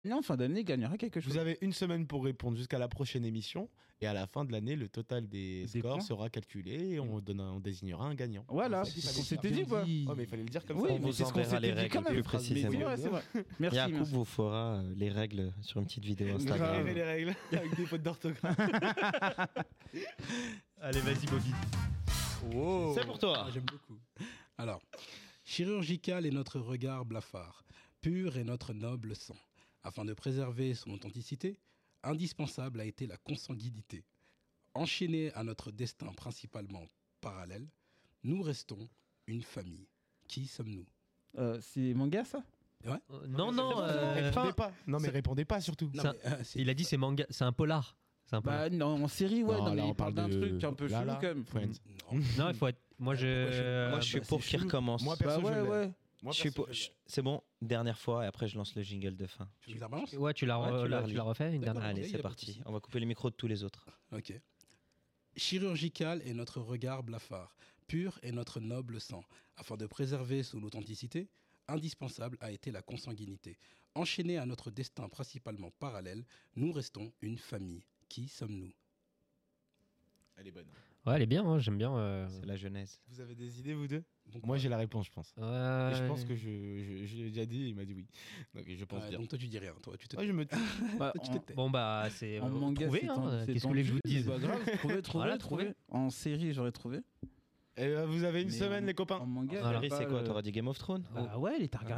Non, fin d'année, il gagnera quelque chose. Vous avez une semaine pour répondre jusqu'à la prochaine émission. Et à la fin de l'année, le total des scores points sera calculé et on désignera un gagnant. Voilà, On c'est s'est ce qu'on s'était dit, quoi. Oh, mais il fallait le dire comme Oui, ça. On mais vous c'est ce qu'on enverra les s'était dit quand règles même. plus précisément. C'est vrai, c'est vrai. Merci. Yacoub merci. vous fera les règles sur une petite vidéo Grave. Instagram. Les règles avec des fautes d'orthographe. Allez, vas-y, Bobby. Wow. C'est pour toi. J'aime beaucoup. Alors, chirurgical est notre regard blafard, pur est notre noble sang. Afin de préserver son authenticité, indispensable a été la consanguinité. Enchaînés à notre destin principalement parallèle, nous restons une famille. Qui sommes-nous ? C'est manga, ça ? Non, non. Répondez pas. Non, mais répondez pas surtout. Non, Ça- mais, Il a dit c'est manga, c'est un polar. C'est un polar. Bah non, en série, ouais. Non, Non, mais là, on il parle parle d'un de- truc un peu là, chelou, là, quand même. Friends. non. Non, il faut être. Moi, Moi, je suis bah, pour c'est qu'il chelou. recommence. Moi, Bah perso, ouais, je l'ai. ouais. Moi, Je suis perso, pour- je l'ai. C'est bon, dernière fois et après je lance le jingle de fin. Tu veux que je la balance ? Ouais, tu la Ouais, tu la tu la refais une D'accord. dernière. Allez, y a c'est pas de parti. souci. On va couper les micros de tous les autres. Ok. Chirurgical est notre regard blafard, pur est notre noble sang. Afin de préserver son authenticité, indispensable a été la consanguinité. Enchaînés à notre destin principalement parallèle, nous restons une famille. Qui sommes-nous ? Elle est bonne. Ouais, elle est bien, hein, j'aime bien. C'est la genèse. Vous avez des idées, vous deux ? Donc, Moi, j'ai la réponse, je pense. Ouais. Et je pense que je l'ai déjà dit, il m'a dit oui. Donc, je pense bien. donc toi tu dis rien, toi tu te Ouais, je me Bah, tu te tais. Bon, bah, c'est. en manga, trouvé, c'est hein. tendu, c'est Qu'est-ce que vous voulez que je vous tendu, dise mais pas grave, trouvé. Voilà, trouvé. En série, j'aurais trouvé. Vous avez une Mais semaine, en- les copains. En manga, Voilà. il y a C'est pas quoi le- T'aurais dit Game of Thrones Bah ouais, les Targaryens.